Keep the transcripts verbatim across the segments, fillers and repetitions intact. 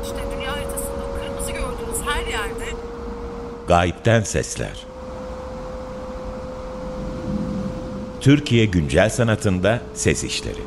işte dünya haritasında o kırmızı gördüğünüz her yerde Gayipten Sesler. Türkiye Güncel Sanatında Ses İşleri.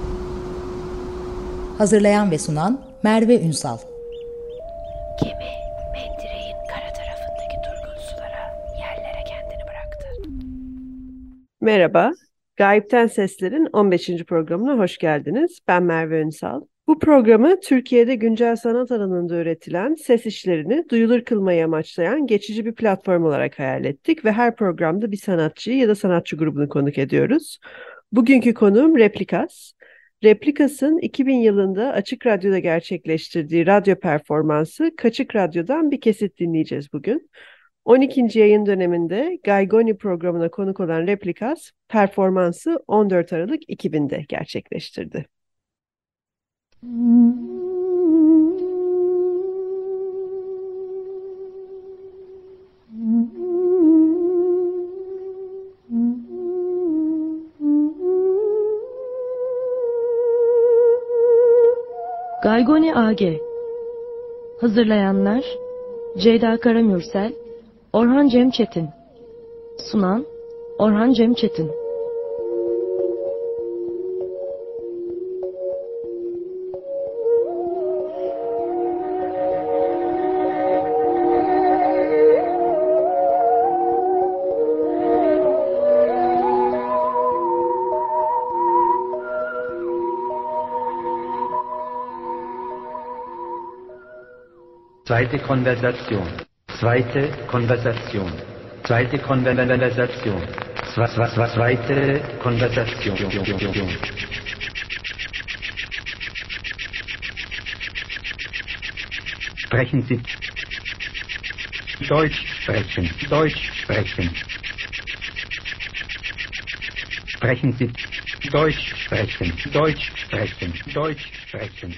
Hazırlayan ve sunan Merve Ünsal. Gemi mendireğin kara tarafındaki durgun sulara, yerlere kendini bıraktı. Merhaba, Gayipten Sesler'in on beşinci programına hoş geldiniz. Ben Merve Ünsal. Bu programı Türkiye'de güncel sanat alanında üretilen ses işlerini duyulur kılmayı amaçlayan geçici bir platform olarak hayal ettik ve her programda bir sanatçıyı ya da sanatçı grubunu konuk ediyoruz. Bugünkü konuğum Replikas. Replikas'ın iki bin yılında Açık Radyo'da gerçekleştirdiği radyo performansı Kaçık Radyo'dan bir kesit dinleyeceğiz bugün. on ikinci yayın döneminde Gaygoni programına konuk olan Replikas, performansı on dört Aralık iki binde gerçekleştirdi. Gaygoni A G. Hazırlayanlar Ceyda Karamürsel, Orhan Cemçetin. Sunan Orhan Cemçetin. Zweite Konversation. Zweite Konversation. Zweite Konversation. Zwa- zwa- zwa- Zweite Konversation. Sprechen Sie Deutsch sprechen. Deutsch sprechen. Sprechen Sie Deutsch sprechen. Deutsch sprechen. Deutsch sprechen.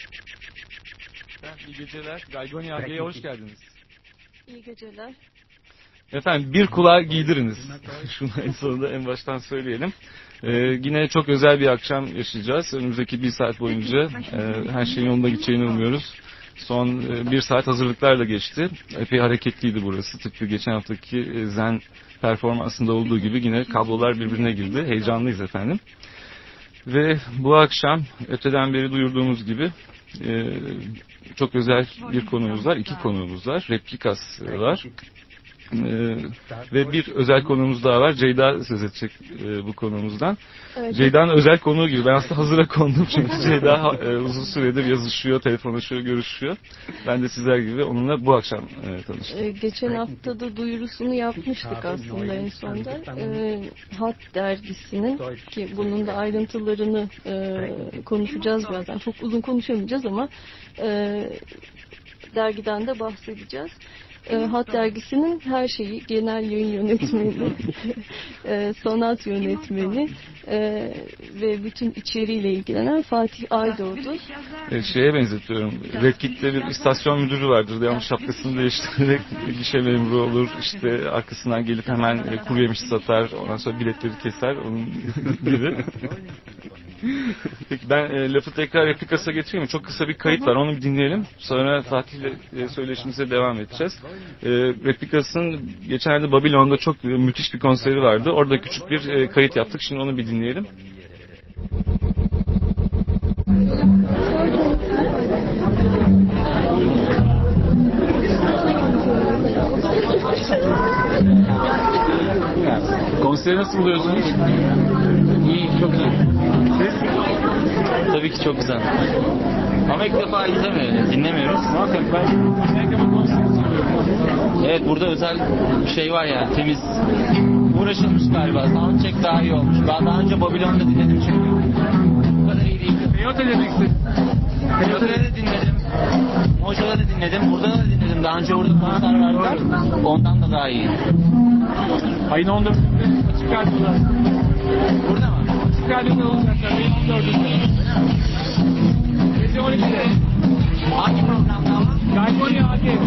İyi geceler. Gaygoni A G'ye hoş geldiniz. İyi geceler. Efendim bir kulağı giydiriniz. Şunu en sonunda en baştan söyleyelim. Ee, yine çok özel bir akşam yaşayacağız. Önümüzdeki bir saat boyunca e, her şeyin yolunda gideceğini umuyoruz. Son e, bir saat hazırlıklarla geçti. Epey hareketliydi burası. Tıpkı geçen haftaki e, Zen performansında olduğu gibi yine kablolar birbirine girdi. Heyecanlıyız efendim. Ve bu akşam öteden beri duyurduğumuz gibi e, çok özel bir konuğumuz var. İki konuğumuz var. Replikas var. Ee, ve bir özel konuğumuz daha var. Ceyda söz edecek e, bu konuğumuzdan. Evet. Ceyda'nın özel konuğu gibi. Ben aslında hazıra kondum çünkü Ceyda e, uzun süredir yazışıyor, telefonlaşıyor, görüşüyor. Ben de sizler gibi onunla bu akşam e, tanıştım. Ee, geçen hafta da duyurusunu yapmıştık aslında en sonda. Ee, Hat dergisinin, ki bunun da ayrıntılarını e, konuşacağız birazdan. Çok uzun konuşamayacağız ama e, dergiden de bahsedeceğiz. E, Hat dergisinin her şeyi, genel yayın yönetmeni, e, sanat yönetmeni e, ve bütün içeriğiyle ilgilenen Fatih Aydoğdu. E, şeye benzetiyorum. Redkit'te bir istasyon müdürü vardır. Devamlı şapkasını değiştirerek gişe memuru olur. İşte arkasından gelip hemen e, kuru yemiş satar. Ondan sonra biletleri keser. Onun gibi. Peki ben e, lafı tekrar Replikas'a getireyim. Çok kısa bir kayıt var. Onu bir dinleyelim. Sonra Fatih'le e, söyleşimize devam edeceğiz. E, Replikas'ın geçenlerde Babilon'da çok e, müthiş bir konseri vardı. Orada küçük bir e, kayıt yaptık. Şimdi onu bir dinleyelim. Konseri nasıl buluyorsunuz? İyi, çok iyi. Siz? Tabii ki çok güzel. Ama ilk defa izlemiyoruz, dinlemiyoruz. Muhakkak ben Evet, burada özel bir şey var yani, temiz. Uğraşılmış galiba, soundcheck daha iyi olmuş. Ben daha önce Babilon'da dinledim çünkü. Bu kadar iyi değil. Peyote dedik. Peyote'de de dinledim. Moja'da da dinledim, burada da dinledim. Daha önce orada konser verdiler. Ondan da daha iyi. Ayın on dördünde Açık Radyo'da. Burada mı? Açık Radyo'da olacaklar. Ayın on dördünde. Gece on ikide. Hangi programda ama? Gaygoni A G.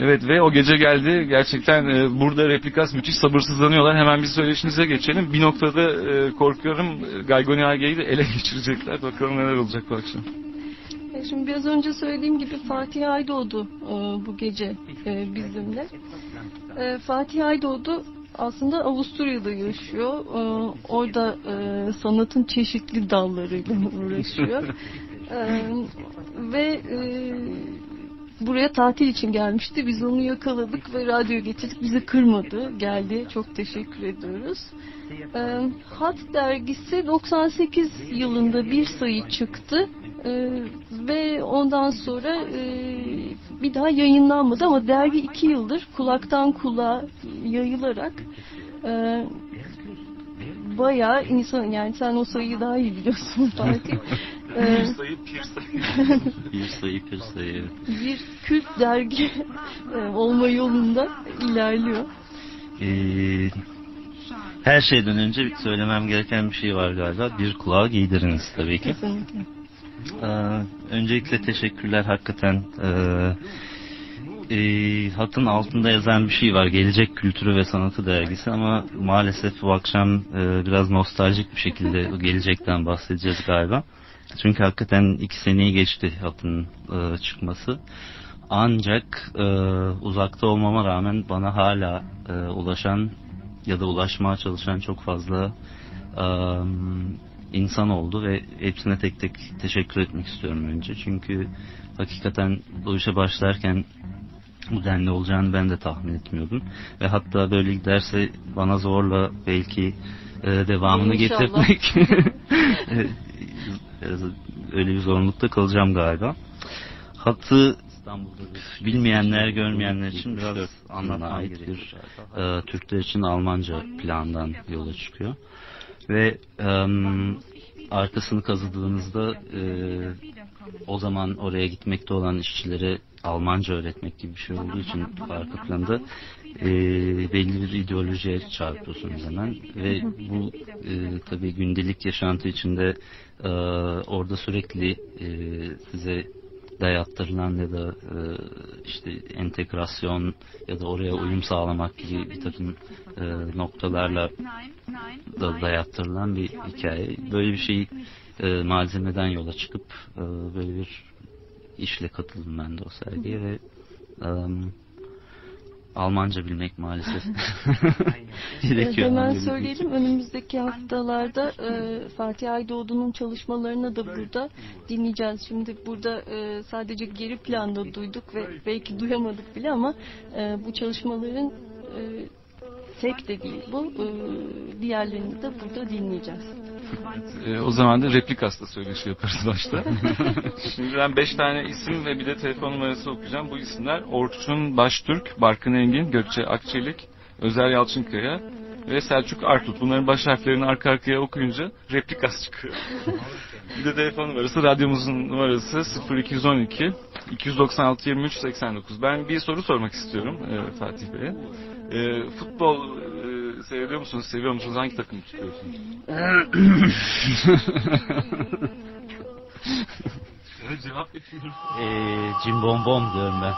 Evet ve o gece geldi. Gerçekten e, burada Replikas müthiş sabırsızlanıyorlar. Hemen bir söyleşinize geçelim. Bir noktada e, korkuyorum Gaygoni Age'yi de ele geçirecekler. Bakalım neler olacak bu akşam. Şimdi biraz önce söylediğim gibi Fatih Aydoğdu e, bu gece e, bizimle. E, Fatih Aydoğdu aslında Avusturya'da yaşıyor. E, orada e, sanatın çeşitli dallarıyla uğraşıyor. e, ve e, buraya tatil için gelmişti. Biz onu yakaladık ve radyoya getirdik. Bizi kırmadı. Geldi. Çok teşekkür ediyoruz. E, Hat dergisi doksan sekiz yılında bir sayı çıktı. Ee, ve ondan sonra e, bir daha yayınlanmadı ama dergi iki yıldır kulaktan kulağa yayılarak e, bayağı insan, yani sen o sayıyı daha iyi biliyorsun Fatih. Ee, bir sayı, bir sayı. bir sayı, bir sayı. Bir kült dergi e, olma yolunda ilerliyor. Ee, her şeyden önce söylemem gereken bir şey var galiba. Bir kulağa giydiriniz tabii ki. Kesinlikle. Ee, öncelikle teşekkürler hakikaten. Ee, e, hatın altında yazan bir şey var. Gelecek Kültürü ve Sanatı dergisi ama maalesef bu akşam e, biraz nostaljik bir şekilde o gelecekten bahsedeceğiz galiba. Çünkü hakikaten iki seneyi geçti hatın e, çıkması. Ancak e, uzakta olmama rağmen bana hala e, ulaşan ya da ulaşmaya çalışan çok fazla e, insan oldu ve hepsine tek tek teşekkür etmek istiyorum önce. Çünkü hakikaten bu işe başlarken bu denli olacağını ben de tahmin etmiyordum. Ve hatta böyle giderse bana zorla belki e, devamını İnşallah. getirmek öyle bir zorunlulukta kalacağım galiba. Hattı bilmeyenler, görmeyenler için biraz anlamına ait bir e, Türkler için Almanca plandan yola çıkıyor. Ve e, arkasını kazıdığınızda e, o zaman oraya gitmekte olan işçilere Almanca öğretmek gibi bir şey olduğu için arka planda e, belli bir ideolojiye çarpıyorsunuz hemen. Ve bu e, tabii gündelik yaşantı içinde e, orada sürekli e, size dayattırılan ya da e, işte entegrasyon ya da oraya uyum sağlamak gibi bir takım e, noktalarla da dayattırılan bir hikaye. Böyle bir şey e, malzemeden yola çıkıp e, böyle bir işle katıldım ben de o sergiye ve e, Almanca bilmek maalesef gerekiyor. Hemen söyleyelim, önümüzdeki haftalarda e, Fatih Aydoğdu'nun çalışmalarını da burada dinleyeceğiz. Şimdi burada e, sadece geri planda duyduk ve belki duyamadık bile ama e, bu çalışmaların e, tek de değil bu. E, diğerlerini de burada dinleyeceğiz. E, o zaman da Replikas'ta söyleşi yaparız başta. Şimdi ben beş tane isim ve bir de telefon numarası okuyacağım. Bu isimler Orçun Baştürk, Barkın Engin, Gökçe Akçelik, Özer Yalçınkaya ve Selçuk Artut. Bunların baş harflerini arka arkaya okuyunca Replikas çıkıyor. Bir de telefon numarası, radyomuzun numarası sıfır iki yüz on iki iki yüz doksan altı yirmi üç seksen dokuz. Ben bir soru sormak istiyorum e, Fatih Bey'e. E, futbol e, seviyor musunuz? Seviyor musunuz? Hangi takım tutuyorsunuz? Cevap yapıyorum. Eee Cimbom Bom diyorum ben.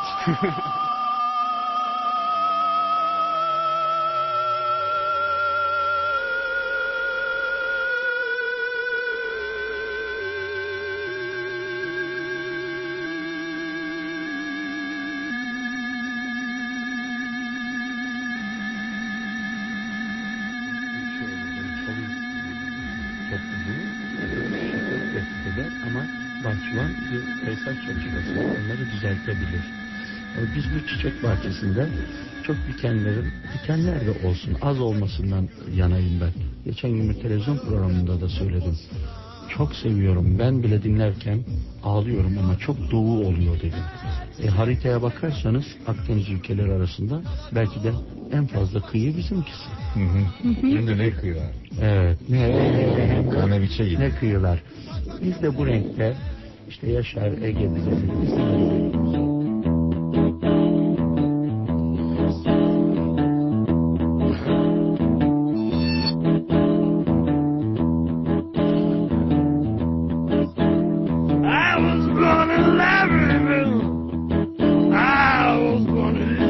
Ama bahçıvan bir peyzaj çalışmasıyla onları düzeltebilir. Biz bu çiçek bahçesinde çok dikenlerin, dikenler de olsun, az olmasından yanayım ben. Geçen gün bir televizyon programında da söyledim. Çok seviyorum, ben bile dinlerken ağlıyorum ama çok doğu oluyor dedim. E, haritaya bakarsanız Akdeniz ülkeleri arasında belki de en fazla kıyı bizimkisi. Hı hı. Hem de ne kıyı var? Evet, ne, Kanaviçe gibi. Ne kıyılar. Biz de bu renkte işte Yaşar Ege bize I was gonna love you. I was gonna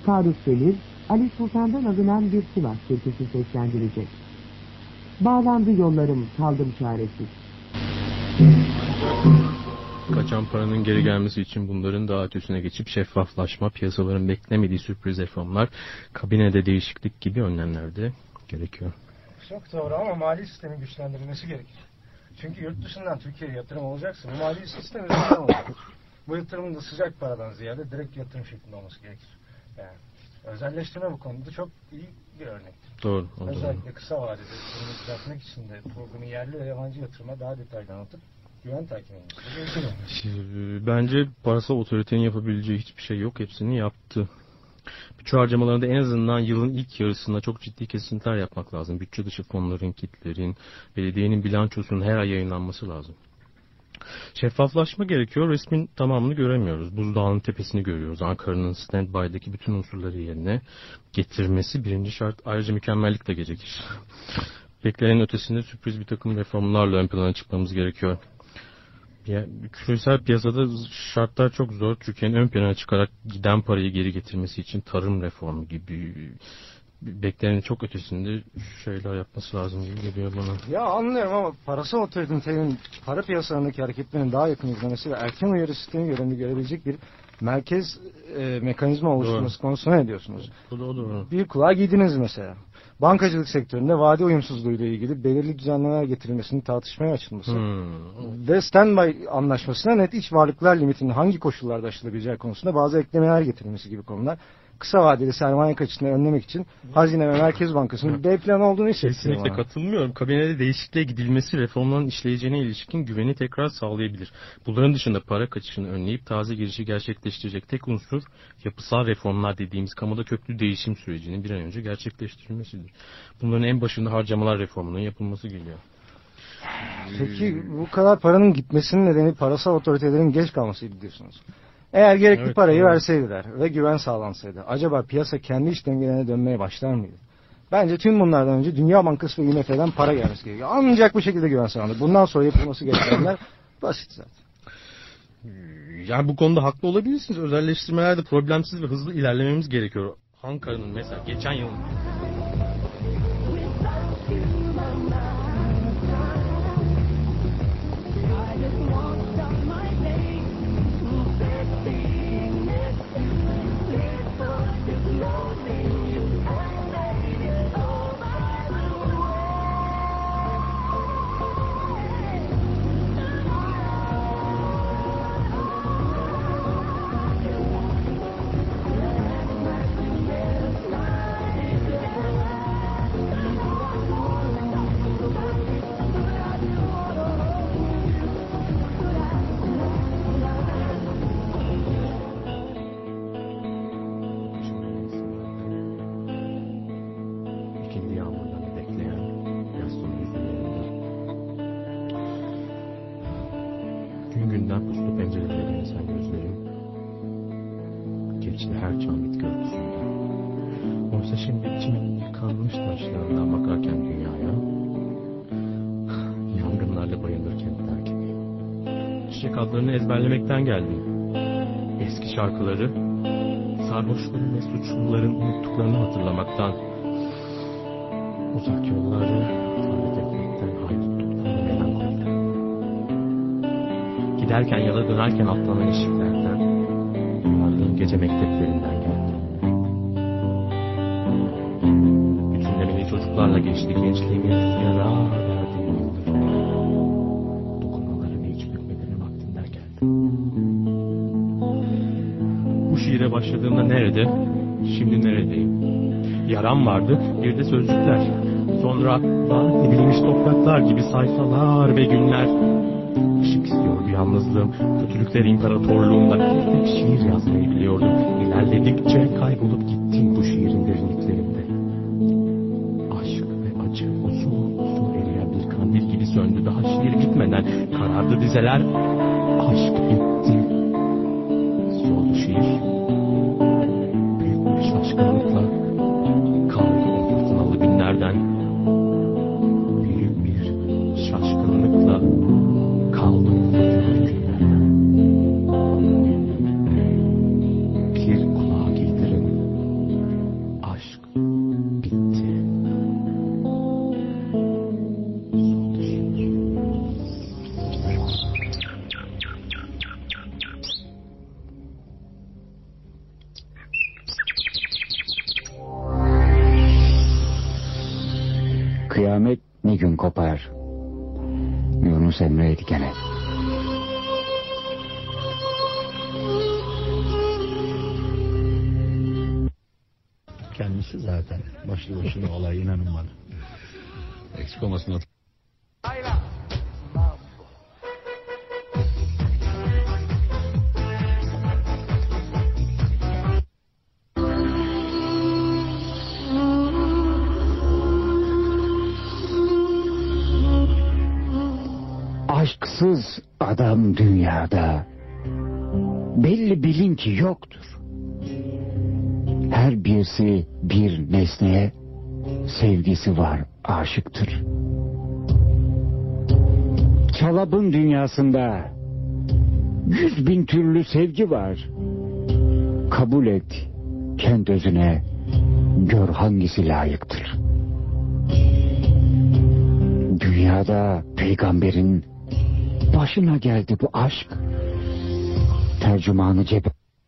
Faruk Demir, Ali Sultan'dan alınan bir Sivas türküsü seslendirecek. Bağlandı yollarım, kaldım çaresiz. Kaçan paranın geri gelmesi için bunların daha ötesine geçip şeffaflaşma, piyasaların beklemediği sürpriz reformlar, kabinede değişiklik gibi önlemler de gerekiyor. Çok doğru ama mali sistemin güçlendirilmesi gerekir. Çünkü yurt dışından Türkiye'ye yatırım olacaksa bu mali sistem üzerinden olacak. Bu yatırımın da sıcak paradan ziyade direkt yatırım şeklinde olması gerekir. Yani özelleştirme bu konuda çok iyi bir örnektir. Doğru. Özellikle doğru. kısa vadede bunu düzeltmek için de programı yerli ve yabancı yatırıma daha detaylı anlatıp güven takip edilmesi. Bence parasal otoritenin yapabileceği hiçbir şey yok. Hepsini yaptı. Bütçe harcamalarında en azından yılın ilk yarısında çok ciddi kesintiler yapmak lazım. Bütçe dışı fonların, kitlerin, belediyenin bilançosunun her ay yayınlanması lazım. Şeffaflaşma gerekiyor. Resmin tamamını göremiyoruz. Buzdağının tepesini görüyoruz. Ankara'nın stand-by'daki bütün unsurları yerine getirmesi birinci şart. Ayrıca mükemmellik de gerekir. Beklenenin ötesinde sürpriz bir takım reformlarla ön plana çıkmamız gerekiyor. Ya, küresel piyasada şartlar çok zor. Türkiye'nin ön plana çıkarak giden parayı geri getirmesi için tarım reformu gibi beklenenin çok ötesinde şeyler yapması lazım gibi geliyor bana. Ya anlıyorum ama parasal otoritenin para piyasalarındaki hareketlerin daha yakın izlemesi ve erken uyarı sistemi görevini görebilecek bir merkez e, mekanizma oluşturması doğru. konusunda ne diyorsunuz? Doğru, doğru. Bir kulağa giydiniz mesela. Bankacılık sektöründe vade uyumsuzluğuyla ilgili belirli düzenlemeler getirilmesinin tartışmaya açılması hmm. ve standby anlaşmasına net iç varlıklar limitinin hangi koşullarda aşılabileceği konusunda bazı eklemeler getirilmesi gibi konular. Kısa vadeli sermaye kaçışını önlemek için Hazine ve Merkez Bankası'nın B planı olduğunu hissediyorum. Kesinlikle katılmıyorum. Kabinede değişikliğe gidilmesi reformların işleyeceğine ilişkin güveni tekrar sağlayabilir. Bunların dışında para kaçışını önleyip taze girişi gerçekleştirecek tek unsur yapısal reformlar dediğimiz kamuda köklü değişim sürecinin bir an önce gerçekleştirilmesidir. Bunların en başında harcamalar reformunun yapılması geliyor. Peki bu kadar paranın gitmesinin nedeni parasal otoritelerin geç kalmasıydı diyorsunuz. Eğer gerekli evet, parayı evet. verseydiler ve güven sağlansaydı acaba piyasa kendi iş dengelerine dönmeye başlar mıydı? Bence tüm bunlardan önce Dünya Bankası ve I M F'den para gelmesi gerekiyor. Ancak bu şekilde güven sağlanır. Bundan sonra yapılması gerekenler basit zaten. Yani bu konuda haklı olabilirsiniz. Özelleştirmelerde problemsiz ve hızlı ilerlememiz gerekiyor. Ankara'nın mesela geçen yıl adlarını ezberlemekten geldim. Eski şarkıları, sarhoşların ve suçluların unuttuklarını hatırlamaktan, uzak yolları tarif etmekten, haydutluktan ve melankoliden. Giderken ya da dönerken atlanan eşiklerden, yuvarlığın gece mekteplerinden geldim. Bütünlemeli çocuklarla geçti gençliğimiz yara verdiğim yıldır. Bu şiire başladığımda nerede, şimdi neredeyim? Yaram vardı, bir de sözcükler. Sonra lanetli edilmiş topraklar gibi sayfalar ve günler. Işık istiyor bu yalnızlığım, kötülükler imparatorluğunda bir tek şiir yazmayı biliyordum. İlerledikçe kaybolup gittim bu şiirin derinliklerinde. Aşk ve acı uzun uzun eriyen bir kandil gibi söndü. Daha şiir bitmeden karardı dizeler. Aşk bitti. Soldu şiir. Büyük bir şaşkınlıkla kaldı o fırtınalı günlerden. Büyük bir şaşkınlıkla kaldı o fırtınalı günlerden. Bir kulağa giydirin kıyamet ne gün kopar. Yunus Emre'ydi gene. Kendisi zaten başlı başına olay, inanın bana. Eksik olmasın o. Aşksız adam dünyada belli bilin ki yoktur. Her birisi bir nesneye sevgisi var, aşıktır. Çalabın dünyasında yüz bin türlü sevgi var. Kabul et kendi özüne, gör hangisi layıktır. Dünyada peygamberin başına geldi bu aşk. Tercümanı cebe.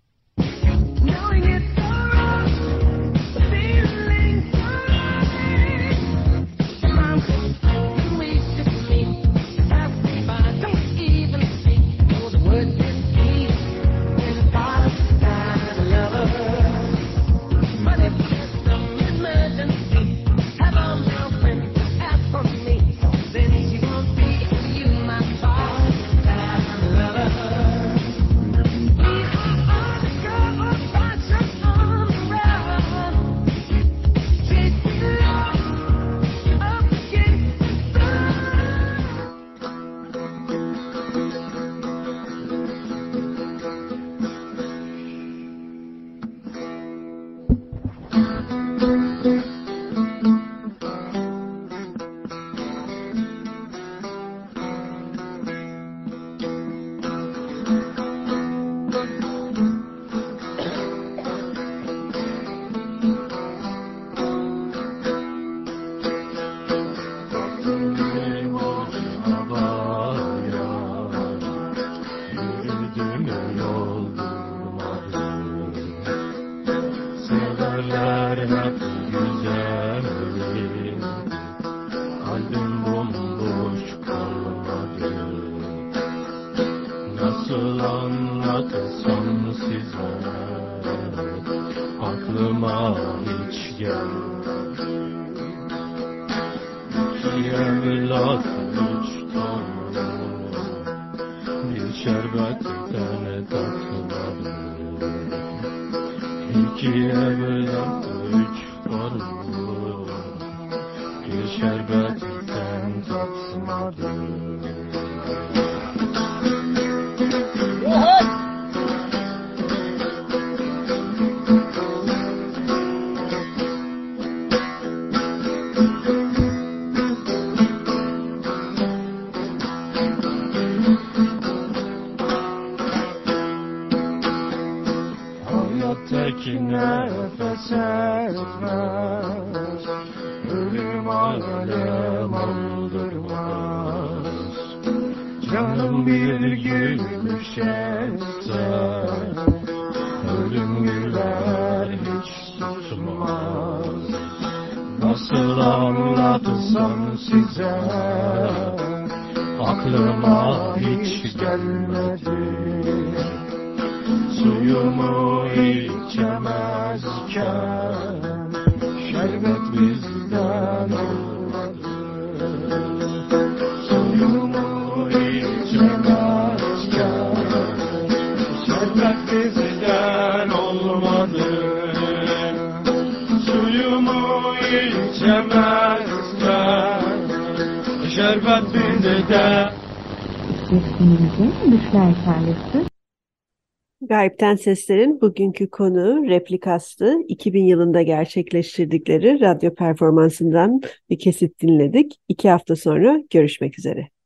Gayipten Sesler'in bugünkü konu Replikast'ı. iki bin yılında gerçekleştirdikleri radyo performansından bir kesit dinledik. İki hafta sonra görüşmek üzere.